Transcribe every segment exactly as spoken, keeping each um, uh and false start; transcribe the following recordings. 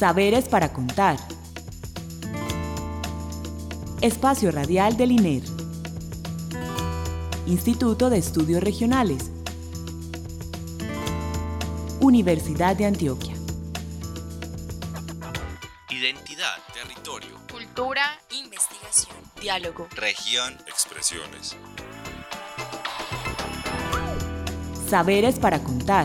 Saberes para contar. Espacio radial del I N E R. Instituto de Estudios Regionales. Universidad de Antioquia. Identidad, territorio, cultura, investigación, diálogo, región, expresiones. Saberes para contar.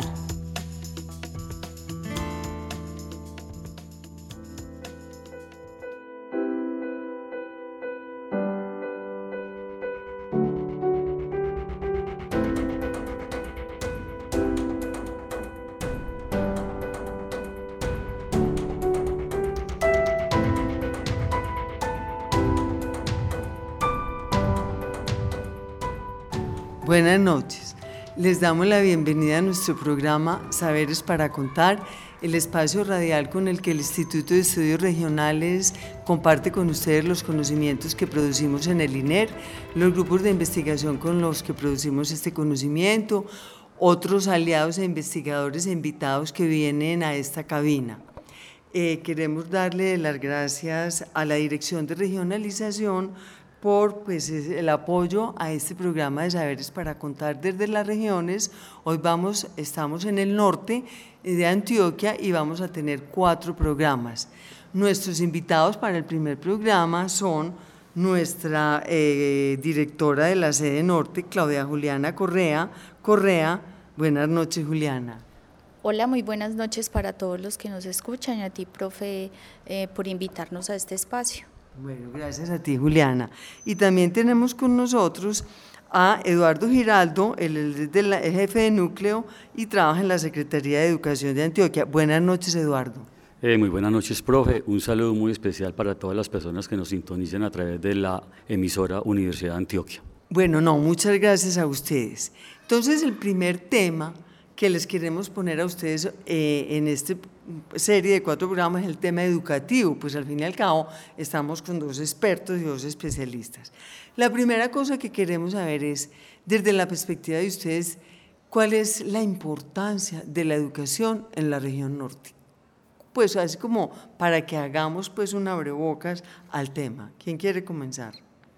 Buenas noches. Les damos la bienvenida a nuestro programa Saberes para Contar, el espacio radial con el que el Instituto de Estudios Regionales comparte con ustedes los conocimientos que producimos en el I N E R, los grupos de investigación con los que producimos este conocimiento, otros aliados e investigadores e invitados que vienen a esta cabina. Eh, queremos darle las gracias a la Dirección de Regionalización por pues, el apoyo a este programa de Saberes para Contar desde las regiones. Hoy vamos, estamos en el norte de Antioquia y vamos a tener cuatro programas. Nuestros invitados para el primer programa son nuestra eh, directora de la sede norte, Claudia Juliana Correa. Correa, buenas noches, Juliana. Hola, muy buenas noches para todos los que nos escuchan y a ti, profe, eh, por invitarnos a este espacio. Bueno, gracias a ti, Juliana. Y también tenemos con nosotros a Eduardo Giraldo, él es el jefe de núcleo y trabaja en la Secretaría de Educación de Antioquia. Buenas noches, Eduardo. Eh, muy buenas noches, profe. Un saludo muy especial para todas las personas que nos sintonizan a través de la emisora Universidad de Antioquia. Bueno, no, muchas gracias a ustedes. Entonces, el primer tema que les queremos poner a ustedes eh, en esta serie de cuatro programas es el tema educativo, pues al fin y al cabo estamos con dos expertos y dos especialistas. La primera cosa que queremos saber es, desde la perspectiva de ustedes, ¿cuál es la importancia de la educación en la región norte? Pues así como para que hagamos pues un abrebocas al tema. ¿Quién quiere comenzar?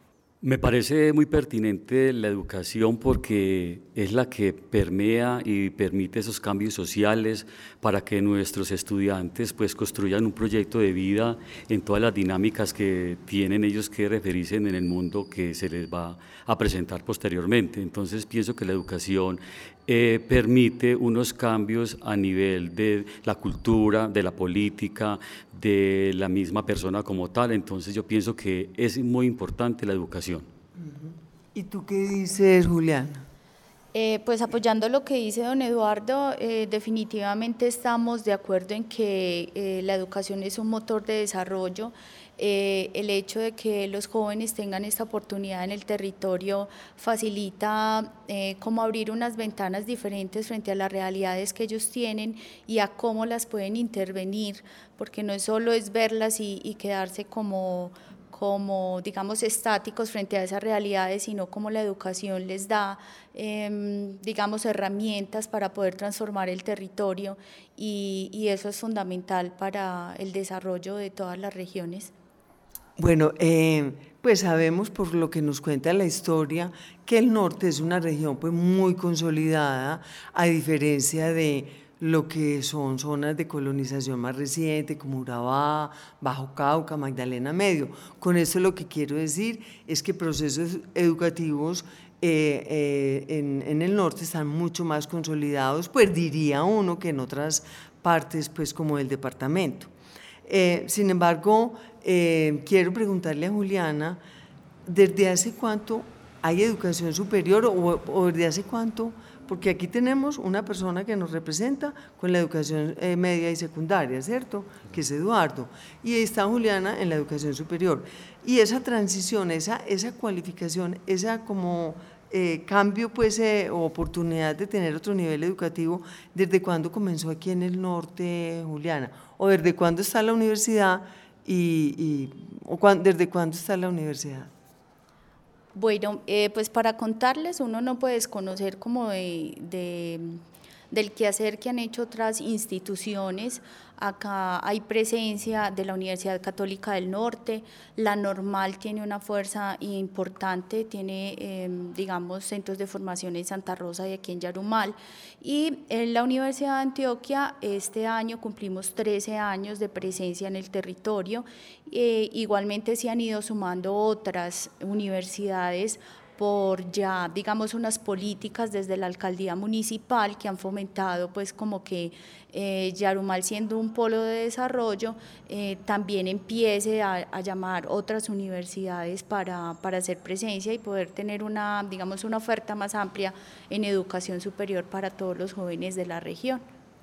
Me parece muy pertinente la educación porque es la que permea y permite esos cambios sociales para que nuestros estudiantes pues construyan un proyecto de vida en todas las dinámicas que tienen ellos que referirse en el mundo que se les va a presentar posteriormente. Entonces pienso que la educación eh, permite unos cambios a nivel de la cultura, de la política, de la misma persona como tal. Entonces yo pienso que es muy importante la educación. ¿Y tú qué dices, Juliana? Eh, pues apoyando lo que dice don Eduardo, eh, definitivamente estamos de acuerdo en que eh, la educación es un motor de desarrollo. Eh, el hecho de que los jóvenes tengan esta oportunidad en el territorio facilita eh, como abrir unas ventanas diferentes frente a las realidades que ellos tienen y a cómo las pueden intervenir, porque no solo es verlas y, y quedarse como como, digamos, estáticos frente a esas realidades, sino como la educación les da, eh, digamos, herramientas para poder transformar el territorio y, y eso es fundamental para el desarrollo de todas las regiones. Bueno, eh, pues sabemos por lo que nos cuenta la historia que el norte es una región pues muy consolidada, a diferencia de lo que son zonas de colonización más reciente como Urabá, Bajo Cauca, Magdalena Medio. Con esto lo que quiero decir es que procesos educativos eh, eh, en, en el norte están mucho más consolidados, pues diría uno que en otras partes pues como el departamento. Eh, sin embargo, eh, quiero preguntarle a Juliana, ¿desde hace cuánto hay educación superior o, o desde hace cuánto? Porque aquí tenemos una persona que nos representa con la educación eh, media y secundaria, ¿cierto? Que es Eduardo. Y está Juliana en la educación superior. Y esa transición, esa, esa cualificación, esa como eh, cambio, pues, eh, o oportunidad de tener otro nivel educativo, ¿desde cuándo comenzó aquí en el norte, Juliana? ¿O desde cuándo está la universidad y, y o cuándo, desde cuándo está la universidad? Bueno, eh, pues para contarles, uno no puede desconocer como de, de, del quehacer que han hecho otras instituciones. Acá hay presencia de la Universidad Católica del Norte, la Normal tiene una fuerza importante, tiene, eh, digamos, centros de formación en Santa Rosa y aquí en Yarumal, y en la Universidad de Antioquia este año cumplimos trece años de presencia en el territorio, eh, igualmente se han ido sumando otras universidades por ya, digamos, unas políticas desde la alcaldía municipal que han fomentado, pues, como que eh, Yarumal, siendo un polo de desarrollo, eh, también empiece a, a llamar otras universidades para, para hacer presencia y poder tener una, digamos, una oferta más amplia en educación superior para todos los jóvenes de la región.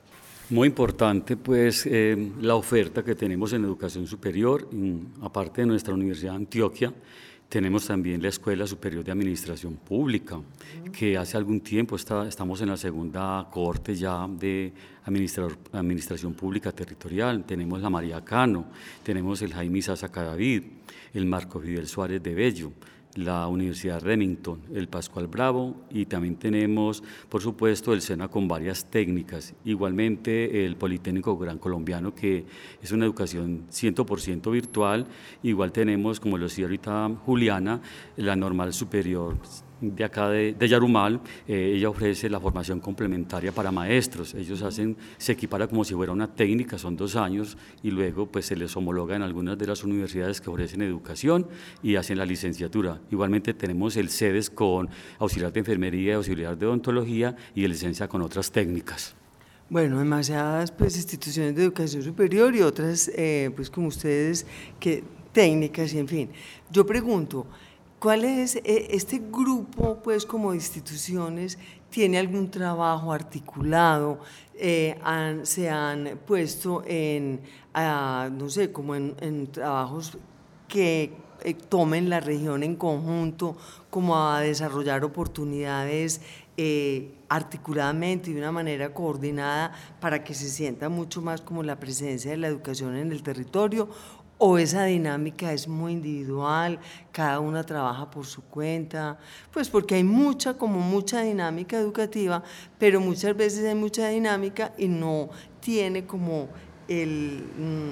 Muy importante, pues, eh, la oferta que tenemos en educación superior, en, aparte de nuestra Universidad de Antioquia. Tenemos también la Escuela Superior de Administración Pública, que hace algún tiempo está, estamos en la segunda corte ya de Administración Pública Territorial. Tenemos la María Cano, tenemos el Jaime Sasa Cadavid, el Marco Fidel Suárez de Bello, la Universidad Remington, el Pascual Bravo, y también tenemos, por supuesto, el SENA con varias técnicas. Igualmente el Politécnico Gran Colombiano, que es una educación cien por ciento virtual. Igual tenemos, como lo decía ahorita Juliana, la Normal Superior de acá de, de Yarumal. Eh, ella ofrece la formación complementaria para maestros. Ellos hacen, se equipara como si fuera una técnica, son dos años, y luego pues se les homologa en algunas de las universidades que ofrecen educación y hacen la licenciatura. Igualmente tenemos el CEDES con auxiliar de enfermería, auxiliar de odontología y de licencia con otras técnicas. Bueno, demasiadas pues instituciones de educación superior y otras, eh, pues como ustedes, que técnicas y en fin. Yo pregunto, ¿cuál es este grupo, pues, como de instituciones, tiene algún trabajo articulado? Eh, han, se han puesto en, uh, no sé, como en, en trabajos que eh, tomen la región en conjunto, como a desarrollar oportunidades eh, articuladamente y de una manera coordinada para que se sienta mucho más como la presencia de la educación en el territorio? ¿O esa dinámica es muy individual, cada una trabaja por su cuenta? Pues porque hay mucha, como mucha dinámica educativa, pero muchas veces hay mucha dinámica y no tiene como el,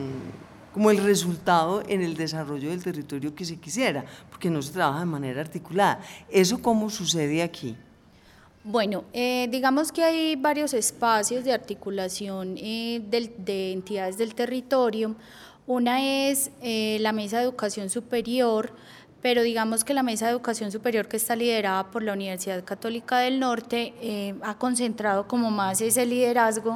como el resultado en el desarrollo del territorio que se quisiera, porque no se trabaja de manera articulada. ¿Eso cómo sucede aquí? Bueno, eh, digamos que hay varios espacios de articulación eh, del, de entidades del territorio. Una es eh, la Mesa de Educación Superior, pero digamos que la Mesa de Educación Superior, que está liderada por la Universidad Católica del Norte, eh, ha concentrado como más ese liderazgo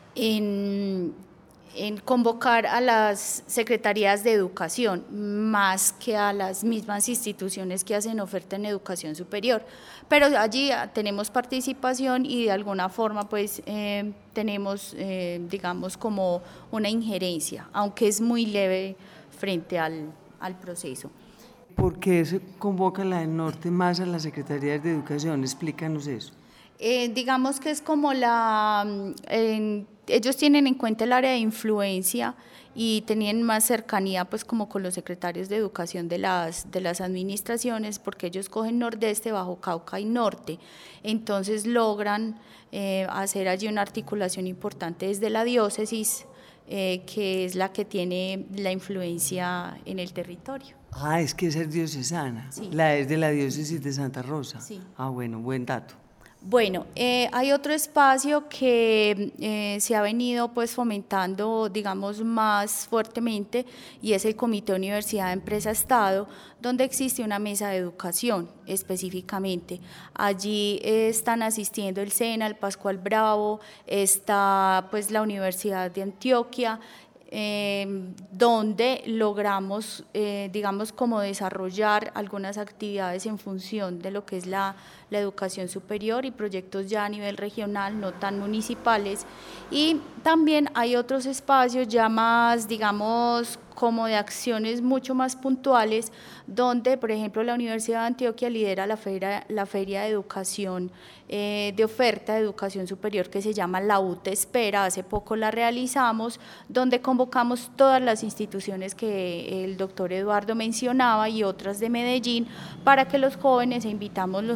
en, en convocar a las secretarías de educación, más que a las mismas instituciones que hacen oferta en educación superior. Pero allí tenemos participación y de alguna forma pues eh, tenemos, eh, digamos, como una injerencia, aunque es muy leve frente al, al proceso. ¿Por qué se convoca la del Norte más a las secretarías de educación? Explícanos eso. Eh, digamos que es como la, eh, ellos tienen en cuenta el área de influencia y tenían más cercanía pues como con los secretarios de educación de las, de las administraciones, porque ellos cogen Nordeste, Bajo Cauca y Norte, entonces logran eh, hacer allí una articulación importante desde la diócesis, eh, que es la que tiene la influencia en el territorio. Ah, es que esa es diocesana, sí. La es de la diócesis de Santa Rosa. Sí. Ah, bueno, buen dato. Bueno, eh, hay otro espacio que eh, se ha venido pues fomentando, digamos, más fuertemente, y es el Comité Universidad Empresa Estado, donde existe una mesa de educación específicamente. Allí eh, están asistiendo el SENA, el Pascual Bravo, está pues la Universidad de Antioquia, Eh, donde logramos, eh, digamos, como desarrollar algunas actividades en función de lo que es la, la educación superior y proyectos ya a nivel regional, no tan municipales. Y también hay otros espacios ya más, digamos, como de acciones mucho más puntuales, donde, por ejemplo, la Universidad de Antioquia lidera la feria, la feria de educación, eh, de oferta de educación superior, que se llama La U T E Espera. Hace poco la realizamos, donde convocamos todas las instituciones que el doctor Eduardo mencionaba y otras de Medellín, para que los jóvenes, e invitamos los jóvenes,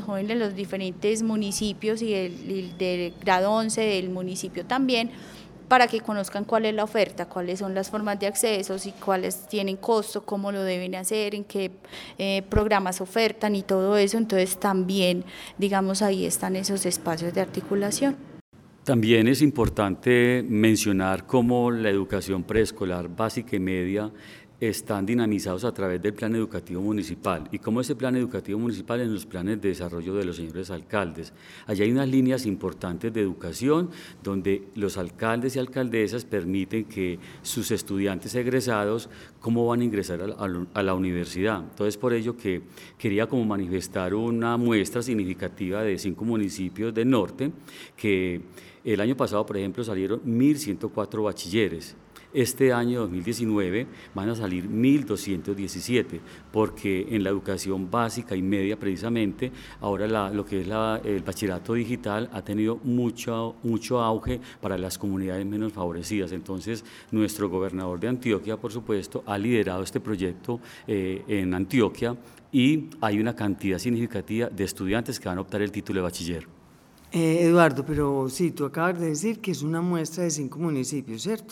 los diferentes municipios y el, el de grado once del municipio también, para que conozcan cuál es la oferta, cuáles son las formas de acceso, y cuáles tienen costo, cómo lo deben hacer, en qué eh, programas ofertan y todo eso. Entonces también, digamos, ahí están esos espacios de articulación. También es importante mencionar cómo la educación preescolar básica y media están dinamizados a través del plan educativo municipal y cómo ese plan educativo municipal en los planes de desarrollo de los señores alcaldes. Allá hay unas líneas importantes de educación donde los alcaldes y alcaldesas permiten que sus estudiantes egresados cómo van a ingresar a la, a la universidad. Entonces, por ello que quería como manifestar una muestra significativa de cinco municipios del norte, que el año pasado, por ejemplo, salieron mil ciento cuatro bachilleres. Este año dos mil diecinueve van a salir mil doscientos diecisiete, porque en la educación básica y media precisamente, ahora la, lo que es la, el bachillerato digital ha tenido mucho, mucho auge para las comunidades menos favorecidas. Entonces, nuestro gobernador de Antioquia, por supuesto, ha liderado este proyecto eh, en Antioquia y hay una cantidad significativa de estudiantes que van a optar el título de bachiller. Eh, Eduardo, pero sí, tú acabas de decir que es una muestra de cinco municipios, ¿cierto?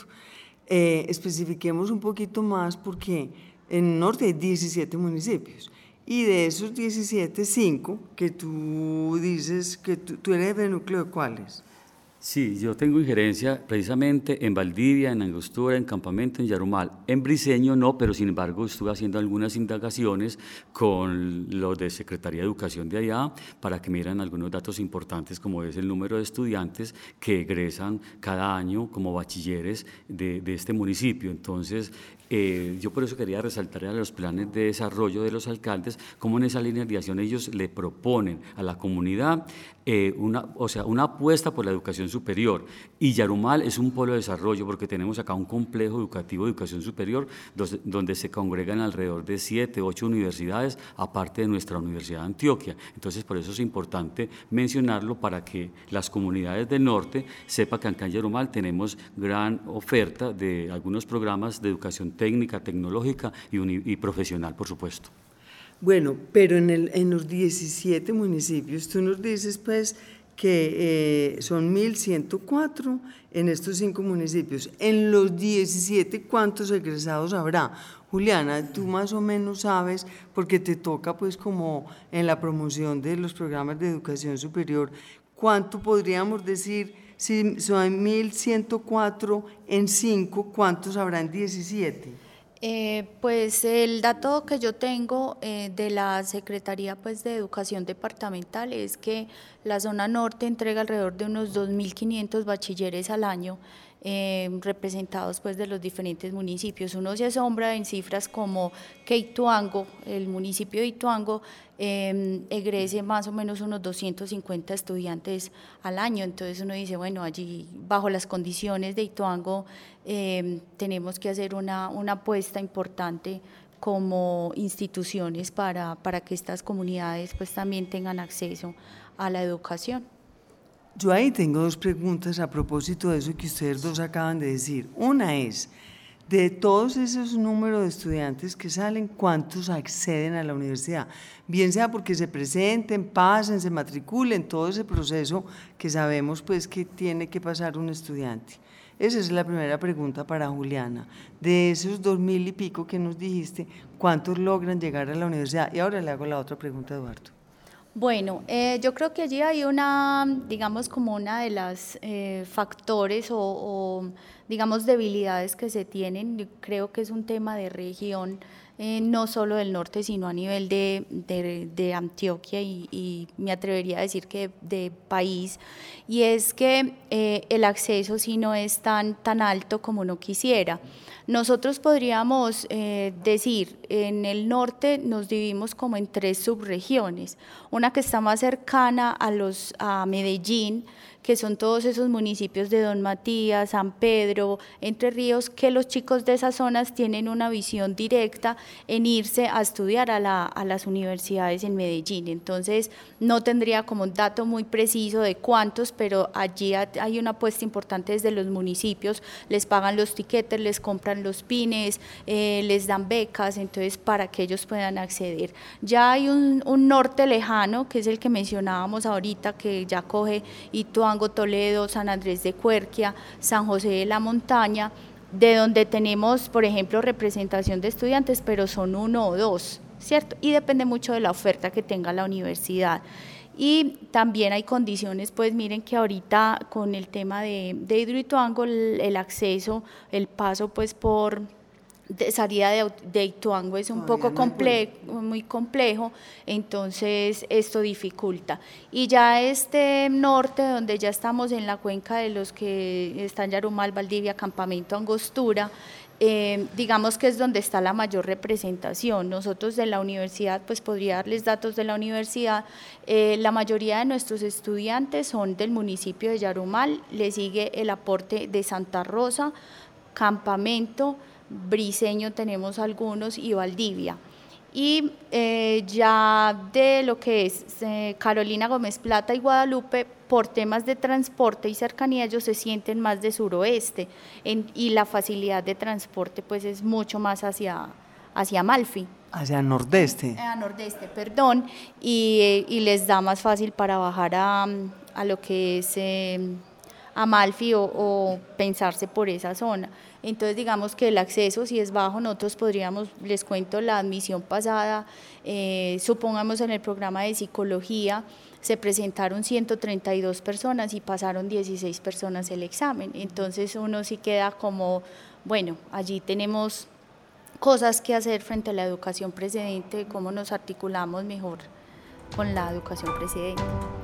Eh, especifiquemos un poquito más porque en el norte hay diecisiete municipios y de esos diecisiete, cinco que tú dices que tú, tú eres de núcleo de ¿cuáles? Sí, yo tengo injerencia precisamente en Valdivia, en Angostura, en Campamento, en Yarumal. En Briceño no, pero sin embargo estuve haciendo algunas indagaciones con los de Secretaría de Educación de allá para que me dieran algunos datos importantes, como es el número de estudiantes que egresan cada año como bachilleres de, de este municipio. Entonces, Eh, yo por eso quería resaltar a los planes de desarrollo de los alcaldes, cómo en esa línea de acción ellos le proponen a la comunidad eh, una, o sea, una apuesta por la educación superior. Y Yarumal es un polo de desarrollo porque tenemos acá un complejo educativo de educación superior donde, donde se congregan alrededor de siete, ocho universidades, aparte de nuestra Universidad de Antioquia. Entonces, por eso es importante mencionarlo para que las comunidades del norte sepan que acá en Yarumal tenemos gran oferta de algunos programas de educación técnica, tecnológica y, uni, y profesional, por supuesto. Bueno, pero en, el, en los diecisiete municipios, tú nos dices pues que eh, son mil ciento cuatro en estos cinco municipios. En los diecisiete, ¿cuántos egresados habrá? Juliana, tú más o menos sabes, porque te toca pues como en la promoción de los programas de educación superior, ¿cuánto podríamos decir? Si son mil ciento cuatro en cinco, ¿cuántos habrá en diecisiete? Eh, pues el dato que yo tengo eh, de la Secretaría pues, de Educación Departamental es que la zona norte entrega alrededor de unos dos mil quinientos bachilleres al año, eh, representados pues, de los diferentes municipios. Uno se asombra en cifras como que Ituango, el municipio de Ituango, eh, egrese más o menos unos doscientos cincuenta estudiantes al año. Entonces uno dice, bueno, allí bajo las condiciones de Ituango eh, tenemos que hacer una, una apuesta importante como instituciones para, para que estas comunidades pues, también tengan acceso a la educación. Yo ahí tengo dos preguntas a propósito de eso que ustedes dos acaban de decir. Una es, de todos esos números de estudiantes que salen, ¿cuántos acceden a la universidad? Bien sea porque se presenten, pasen, se matriculen, todo ese proceso que sabemos pues que tiene que pasar un estudiante. Esa es la primera pregunta para Juliana. De esos dos mil y pico que nos dijiste, ¿cuántos logran llegar a la universidad? Y ahora le hago la otra pregunta a Eduardo. Bueno, eh, yo creo que allí hay una, digamos, como una de las eh, factores o, o, digamos, debilidades que se tienen. Yo creo que es un tema de región, eh, no solo del norte, sino a nivel de, de, de Antioquia y, y me atrevería a decir que de, de país, y es que eh, el acceso sí no es tan, tan alto como uno quisiera. Nosotros podríamos eh, decir, en el norte nos dividimos como en tres subregiones, una que está más cercana a, los, a Medellín, que son todos esos municipios de Don Matías, San Pedro, Entre Ríos, que los chicos de esas zonas tienen una visión directa en irse a estudiar a, la, a las universidades en Medellín. Entonces, no tendría como un dato muy preciso de cuántos, pero allí hay una apuesta importante desde los municipios, les pagan los tiquetes, les compran los pines, eh, les dan becas, entonces para que ellos puedan acceder. Ya hay un, un norte lejano, que es el que mencionábamos ahorita, que ya coge Ituango, Toledo, San Andrés de Cuerquia, San José de la Montaña, de donde tenemos, por ejemplo, representación de estudiantes, pero son uno o dos, ¿cierto? Y depende mucho de la oferta que tenga la universidad. Y también hay condiciones, pues miren que ahorita con el tema de, de Hidroituango, el, el acceso, el paso pues por de salida de, de Ituango es un Todavía poco no complejo, muy complejo, entonces esto dificulta. Y ya este norte, donde ya estamos en la cuenca de los que están Yarumal, Valdivia, Campamento, Angostura, Eh, digamos que es donde está la mayor representación. Nosotros de la universidad, pues podría darles datos de la universidad, eh, la mayoría de nuestros estudiantes son del municipio de Yarumal, le sigue el aporte de Santa Rosa, Campamento, Briceño tenemos algunos y Valdivia. Y eh, ya de lo que es eh, Carolina, Gómez Plata y Guadalupe, por temas de transporte y cercanía, ellos se sienten más de suroeste en, y la facilidad de transporte pues es mucho más hacia, hacia Amalfi. Hacia nordeste. A nordeste, perdón, y, y les da más fácil para bajar a, a lo que es eh, Amalfi o, o pensarse por esa zona. Entonces digamos que el acceso si es bajo, nosotros podríamos, les cuento la admisión pasada, eh, supongamos en el programa de psicología, se presentaron ciento treinta y dos personas y pasaron dieciséis personas el examen, entonces uno sí queda como, bueno, allí tenemos cosas que hacer frente a la educación precedente, cómo nos articulamos mejor con la educación precedente.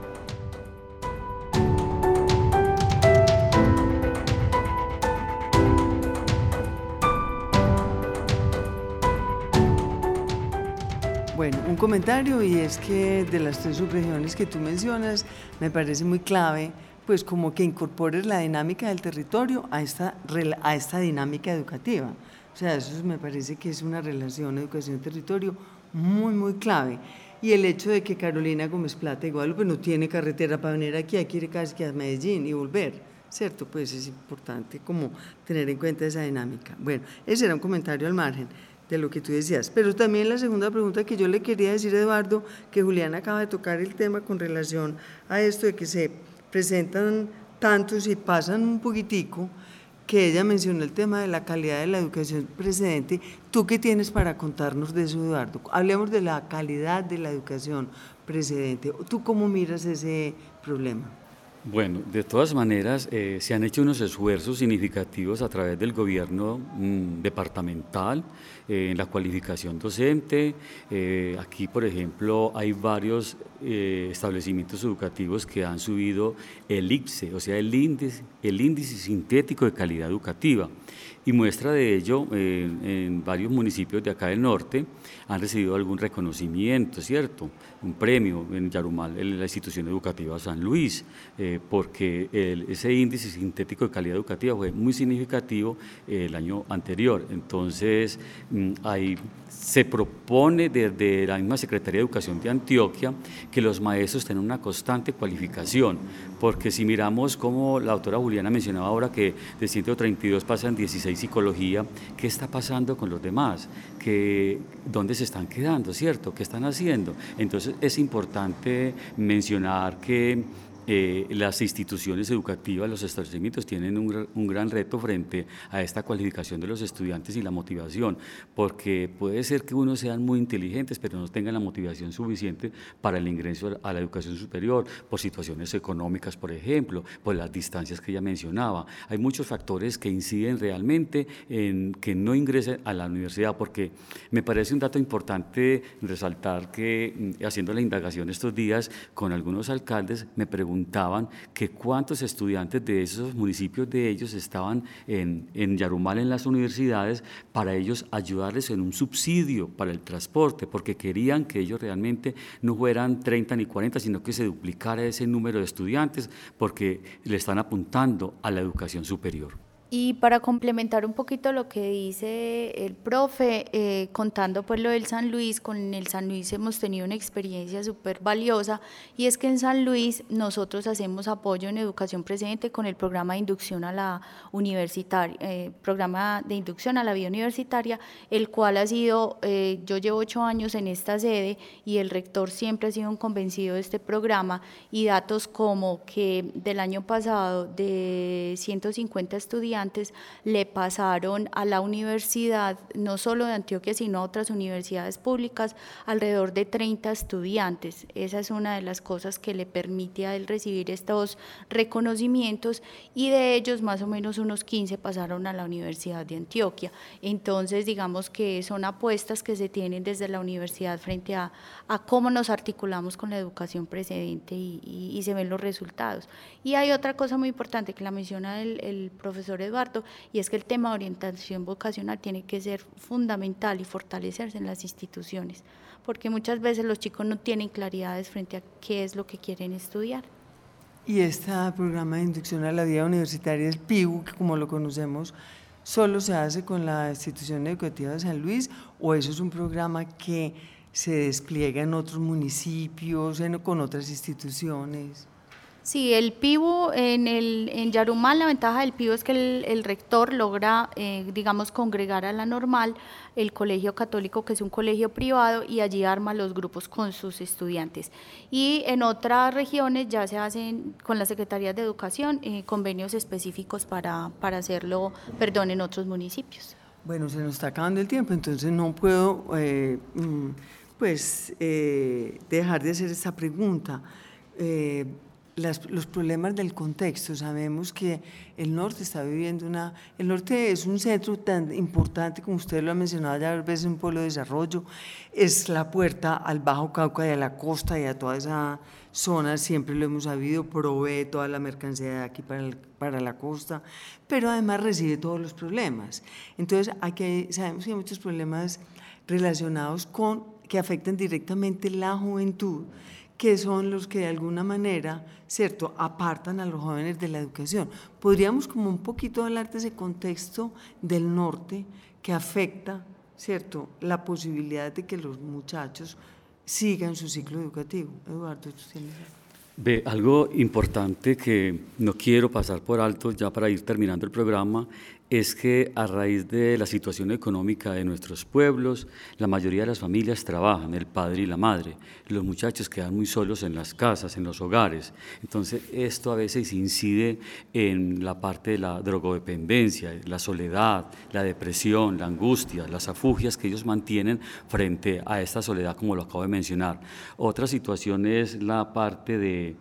Bueno, un comentario, y es que de las tres subregiones que tú mencionas, me parece muy clave, pues como que incorpores la dinámica del territorio a esta, a esta dinámica educativa. O sea, eso me parece que es una relación educación-territorio muy, muy clave. Y el hecho de que Carolina, Gómez Plata y Guadalupe no tiene carretera para venir aquí, aquí ir casi que a Medellín y volver, ¿cierto? Pues es importante como tener en cuenta esa dinámica. Bueno, ese era un comentario al margen de lo que tú decías, pero también la segunda pregunta que yo le quería decir a Eduardo, que Julián acaba de tocar el tema con relación a esto de que se presentan tantos y pasan un poquitico, que ella mencionó el tema de la calidad de la educación precedente. ¿Tú qué tienes para contarnos de eso, Eduardo? Hablemos de la calidad de la educación precedente. ¿Tú cómo miras ese problema? Bueno, de todas maneras, eh, se han hecho unos esfuerzos significativos a través del gobierno mmm, departamental eh, en la cualificación docente. Eh, aquí, por ejemplo, hay varios eh, establecimientos educativos que han subido el I C S E, o sea, el índice, el índice sintético de calidad educativa. Y muestra de ello, eh, en varios municipios de acá del norte han recibido algún reconocimiento, ¿cierto? Un premio en Yarumal, en la institución educativa San Luis, eh, porque el, ese índice sintético de calidad educativa fue muy significativo eh, el año anterior. Entonces, mmm, hay, se propone desde la misma Secretaría de Educación de Antioquia que los maestros tengan una constante cualificación, porque si miramos como la doctora Juliana mencionaba ahora que de ciento treinta y dos pasan dieciséis psicología, ¿qué está pasando con los demás? ¿Qué, ¿Dónde se están quedando, cierto? ¿Qué están haciendo? Entonces es importante mencionar que Eh, las instituciones educativas, los establecimientos tienen un, un gran reto frente a esta cualificación de los estudiantes y la motivación, porque puede ser que unos sean muy inteligentes pero no tengan la motivación suficiente para el ingreso a la educación superior, por situaciones económicas, por ejemplo, por las distancias que ella mencionaba. Hay muchos factores que inciden realmente en que no ingresen a la universidad, porque me parece un dato importante resaltar que, haciendo la indagación estos días con algunos alcaldes, me pregunto preguntaban que cuántos estudiantes de esos municipios de ellos estaban en, en Yarumal en las universidades, para ellos ayudarles en un subsidio para el transporte, porque querían que ellos realmente no fueran treinta ni cuarenta, sino que se duplicara ese número de estudiantes, porque le están apuntando a la educación superior. Y para complementar un poquito lo que dice el profe, eh, contando pues lo del San Luis, con el San Luis hemos tenido una experiencia súper valiosa, y es que en San Luis nosotros hacemos apoyo en educación precedente con el programa de inducción a la universitaria, eh, programa de inducción a la vida universitaria, el cual ha sido, eh, yo llevo ocho años en esta sede y el rector siempre ha sido un convencido de este programa, y datos como que del año pasado de ciento cincuenta estudiantes le pasaron a la universidad, no solo de Antioquia, sino a otras universidades públicas, alrededor de treinta estudiantes. Esa es una de las cosas que le permite a él recibir estos reconocimientos, y de ellos más o menos unos quince pasaron a la Universidad de Antioquia. Entonces, digamos que son apuestas que se tienen desde la universidad frente a, a cómo nos articulamos con la educación precedente, y, y, y se ven los resultados. Y hay otra cosa muy importante que la menciona el, el profesor Eduardo, y es que el tema de orientación vocacional tiene que ser fundamental y fortalecerse en las instituciones, porque muchas veces los chicos no tienen claridades frente a qué es lo que quieren estudiar. Y este programa de inducción a la vida universitaria, el P I U, que como lo conocemos, ¿solo se hace con la institución educativa de San Luis, o eso es un programa que se despliega en otros municipios, en, con otras instituciones? Sí, el P I U en, el, en Yarumal, la ventaja del P I U es que el, el rector logra, eh, digamos, congregar a la normal el colegio católico, que es un colegio privado, y allí arma los grupos con sus estudiantes. Y en otras regiones ya se hacen con las secretarías de educación eh, convenios específicos para, para hacerlo, perdón, en otros municipios. Bueno, se nos está acabando el tiempo, entonces no puedo eh, pues, eh, dejar de hacer esta pregunta. Eh, Las, los problemas del contexto, sabemos que el norte está viviendo una… El norte es un centro tan importante, como usted lo ha mencionado ya varias veces, un pueblo de desarrollo, es la puerta al Bajo Cauca y a la costa y a toda esa zona, siempre lo hemos sabido, provee toda la mercancía de aquí para, el, para la costa, pero además recibe todos los problemas. Entonces, aquí sabemos que hay muchos problemas relacionados con, que afectan directamente la juventud, que son los que de alguna manera, ¿cierto?, apartan a los jóvenes de la educación. Podríamos como un poquito hablar de ese contexto del norte que afecta, ¿cierto?, la posibilidad de que los muchachos sigan su ciclo educativo. Eduardo, ¿tú tienes algo? Ve, algo importante que no quiero pasar por alto ya para ir terminando el programa, es que a raíz de la situación económica de nuestros pueblos, la mayoría de las familias trabajan, el padre y la madre. Los muchachos quedan muy solos en las casas, en los hogares. Entonces, esto a veces incide en la parte de la drogodependencia, la soledad, la depresión, la angustia, las afugias que ellos mantienen frente a esta soledad, como lo acabo de mencionar. Otra situación es la parte de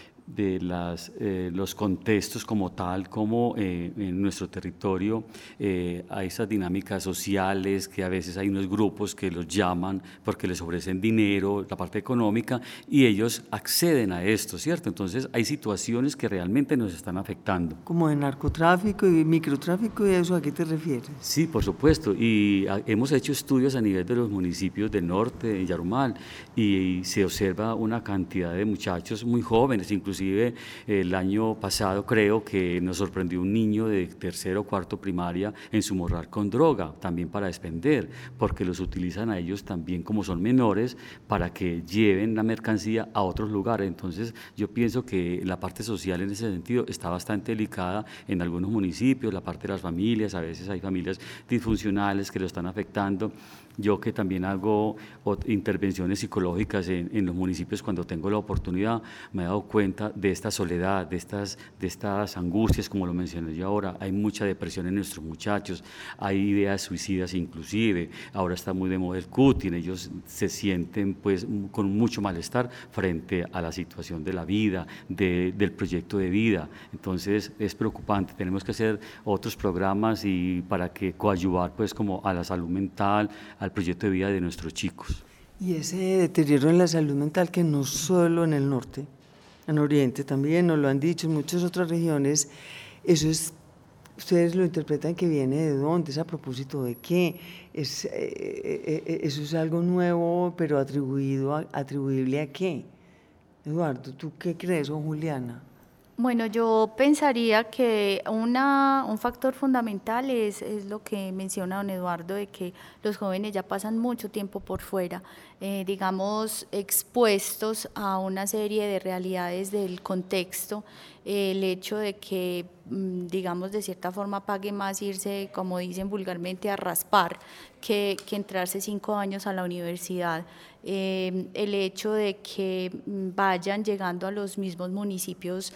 de las, eh, los contextos como tal, como eh, en nuestro territorio eh, hay esas dinámicas sociales, que a veces hay unos grupos que los llaman porque les ofrecen dinero, la parte económica, y ellos acceden a esto, ¿cierto? Entonces hay situaciones que realmente nos están afectando. Como de narcotráfico y microtráfico, ¿y eso a qué te refieres? Sí, por supuesto, y a, hemos hecho estudios a nivel de los municipios del norte, de Yarumal, y, y se observa una cantidad de muchachos muy jóvenes, incluso Inclusive el año pasado creo que nos sorprendió un niño de tercero o cuarto primaria en su morral con droga, también para expender, porque los utilizan a ellos también como son menores para que lleven la mercancía a otros lugares. Entonces yo pienso que la parte social en ese sentido está bastante delicada en algunos municipios, la parte de las familias, a veces hay familias disfuncionales que lo están afectando. Yo que también hago intervenciones psicológicas en, en los municipios cuando tengo la oportunidad, me he dado cuenta de esta soledad, de estas, de estas angustias, como lo mencioné yo ahora. Hay mucha depresión en nuestros muchachos, hay ideas suicidas inclusive, ahora está muy de moda el cutting, ellos se sienten pues con mucho malestar frente a la situación de la vida, de, del proyecto de vida. Entonces es preocupante, tenemos que hacer otros programas y para que coadyuvar pues como a la salud mental, al proyecto de vida de nuestros chicos. Y ese deterioro en la salud mental que no solo en el norte, En Oriente también, nos lo han dicho, en muchas otras regiones, eso es, ustedes lo interpretan que viene de dónde, es a propósito de qué, es, eh, eh, eso es algo nuevo, pero atribuido a, atribuible a qué. Eduardo, ¿tú qué crees, o Juliana? Bueno, yo pensaría que una, un factor fundamental es, es lo que menciona don Eduardo, de que los jóvenes ya pasan mucho tiempo por fuera, eh, digamos, expuestos a una serie de realidades del contexto, eh, el hecho de que, digamos, de cierta forma pague más irse, como dicen vulgarmente, a raspar, que, que entrarse cinco años a la universidad. Eh, el hecho de que vayan llegando a los mismos municipios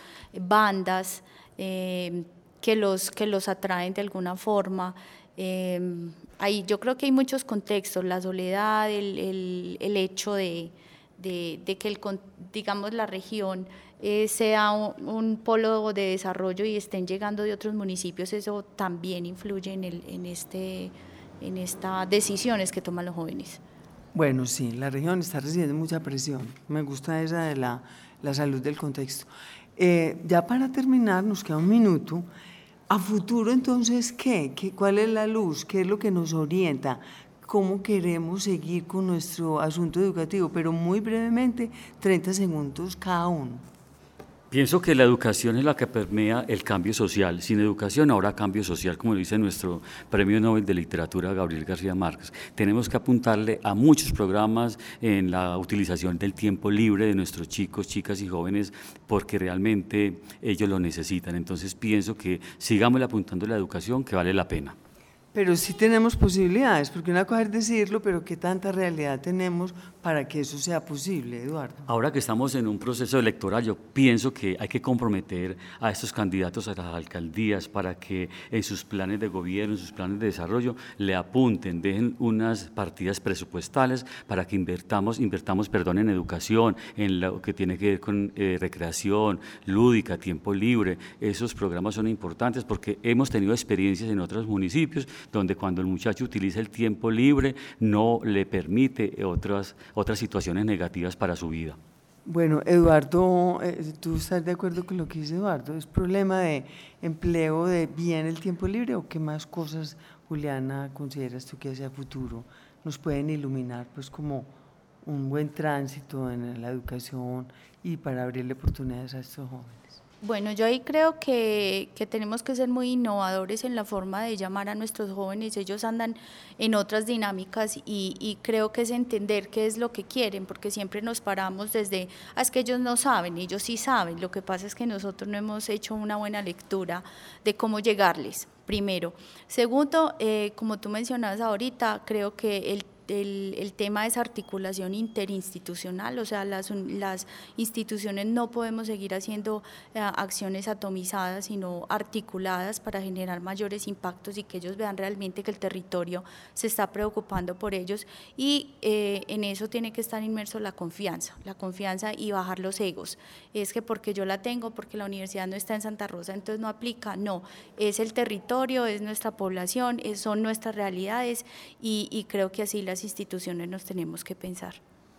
bandas eh, que, los, que los atraen de alguna forma. Eh, ahí yo creo que hay muchos contextos, la soledad, el, el, el hecho de, de, de que, el, digamos, la región eh, sea un, un polo de desarrollo y estén llegando de otros municipios, eso también influye en, el, en, este, en estas decisiones que toman los jóvenes. Bueno, sí, la región está recibiendo mucha presión. Me gusta esa de la, la salud del contexto. Eh, ya para terminar, nos queda un minuto. A futuro, entonces, ¿qué? ¿Qué? ¿Cuál es la luz? ¿Qué es lo que nos orienta? ¿Cómo queremos seguir con nuestro asunto educativo? Pero muy brevemente, treinta segundos cada uno. Pienso que la educación es la que permea el cambio social. Sin educación habrá cambio social, como dice nuestro Premio Nobel de Literatura, Gabriel García Márquez. Tenemos que apuntarle a muchos programas en la utilización del tiempo libre de nuestros chicos, chicas y jóvenes, porque realmente ellos lo necesitan. Entonces pienso que sigamos apuntando a la educación, que vale la pena. Pero sí tenemos posibilidades, porque una cosa es decirlo, pero ¿qué tanta realidad tenemos para que eso sea posible, Eduardo? Ahora que estamos en un proceso electoral, yo pienso que hay que comprometer a estos candidatos a las alcaldías para que en sus planes de gobierno, en sus planes de desarrollo, le apunten, dejen unas partidas presupuestales para que invertamos, invertamos perdón, en educación, en lo que tiene que ver con eh, recreación, lúdica, tiempo libre. Esos programas son importantes porque hemos tenido experiencias en otros municipios donde cuando el muchacho utiliza el tiempo libre no le permite otras, otras situaciones negativas para su vida. Bueno, Eduardo, ¿tú estás de acuerdo con lo que dice Eduardo? ¿Es problema de empleo de bien el tiempo libre o qué más cosas, Juliana, consideras tú que hacia futuro nos pueden iluminar pues como un buen tránsito en la educación y para abrirle oportunidades a estos jóvenes? Bueno, yo ahí creo que, que tenemos que ser muy innovadores en la forma de llamar a nuestros jóvenes. Ellos andan en otras dinámicas y, y creo que es entender qué es lo que quieren, porque siempre nos paramos desde, ah, es que ellos no saben, ellos sí saben. Lo que pasa es que nosotros no hemos hecho una buena lectura de cómo llegarles, primero. Segundo, eh, como tú mencionabas ahorita, creo que el El, el tema es articulación interinstitucional, o sea, las, las instituciones no podemos seguir haciendo eh, acciones atomizadas, sino articuladas para generar mayores impactos y que ellos vean realmente que el territorio se está preocupando por ellos y eh, en eso tiene que estar inmerso la confianza, la confianza y bajar los egos. Es que porque yo la tengo, porque la universidad no está en Santa Rosa, entonces no aplica, no, es el territorio, es nuestra población, es, son nuestras realidades y, y creo que así las instituciones nos tenemos que pensar.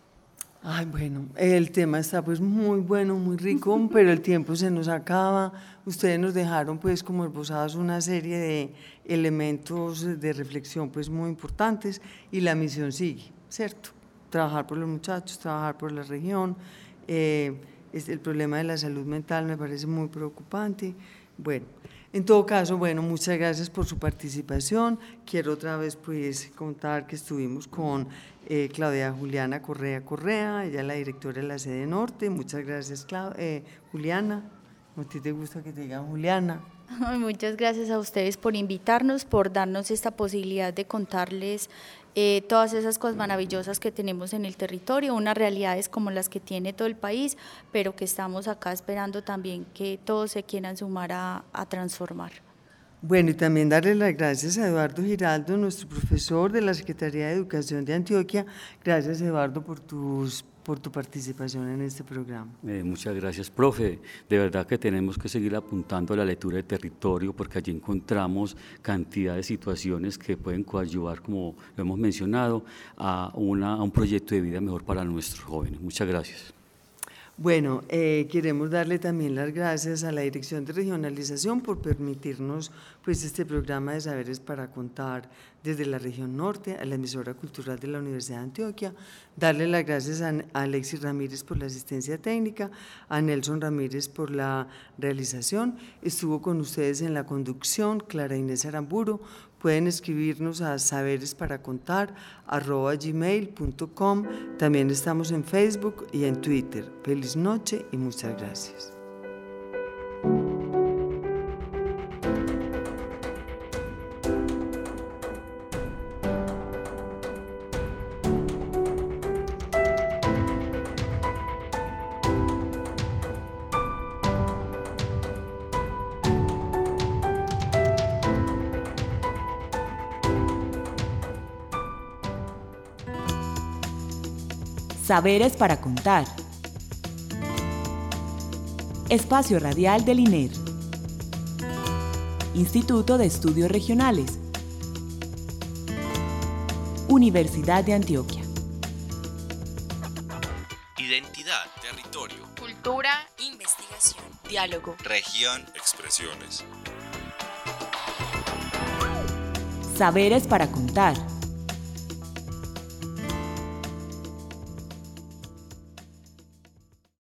Ay, bueno, el tema está pues muy bueno, muy rico, pero el tiempo se nos acaba. Ustedes nos dejaron pues como esbozados una serie de elementos de reflexión pues muy importantes y la misión sigue, ¿cierto? Trabajar por los muchachos, trabajar por la región. Eh, el problema de la salud mental me parece muy preocupante. Bueno, en todo caso, bueno, muchas gracias por su participación. Quiero otra vez pues contar que estuvimos con eh, Claudia Juliana Correa Correa, ella es la directora de la sede norte. Muchas gracias, Clau eh, Juliana. ¿A ti te gusta que te digan Juliana? Muchas gracias a ustedes por invitarnos, por darnos esta posibilidad de contarles eh, todas esas cosas maravillosas que tenemos en el territorio, unas realidades como las que tiene todo el país, pero que estamos acá esperando también que todos se quieran sumar a, a transformar. Bueno, y también darle las gracias a Eduardo Giraldo, nuestro profesor de la Secretaría de Educación de Antioquia. Gracias, Eduardo, por tus por tu participación en este programa. Eh, muchas gracias, profe. De verdad que tenemos que seguir apuntando a la lectura de territorio porque allí encontramos cantidad de situaciones que pueden coadyuvar, como lo hemos mencionado, a, una, a un proyecto de vida mejor para nuestros jóvenes. Muchas gracias. Bueno, eh, queremos darle también las gracias a la Dirección de Regionalización por permitirnos pues, este programa de Saberes para Contar desde la región norte, a la emisora cultural de la Universidad de Antioquia, darle las gracias a, a Alexis Ramírez por la asistencia técnica, a Nelson Ramírez por la realización, estuvo con ustedes en la conducción Clara Inés Aramburu. Pueden escribirnos a saberesparacontar arroba gmail punto com. También estamos en Facebook y en Twitter. Feliz noche y muchas gracias. Saberes para contar. Espacio radial del INER. Instituto de Estudios Regionales. Universidad de Antioquia. Identidad, territorio, cultura, investigación, diálogo, región, expresiones. Saberes para contar.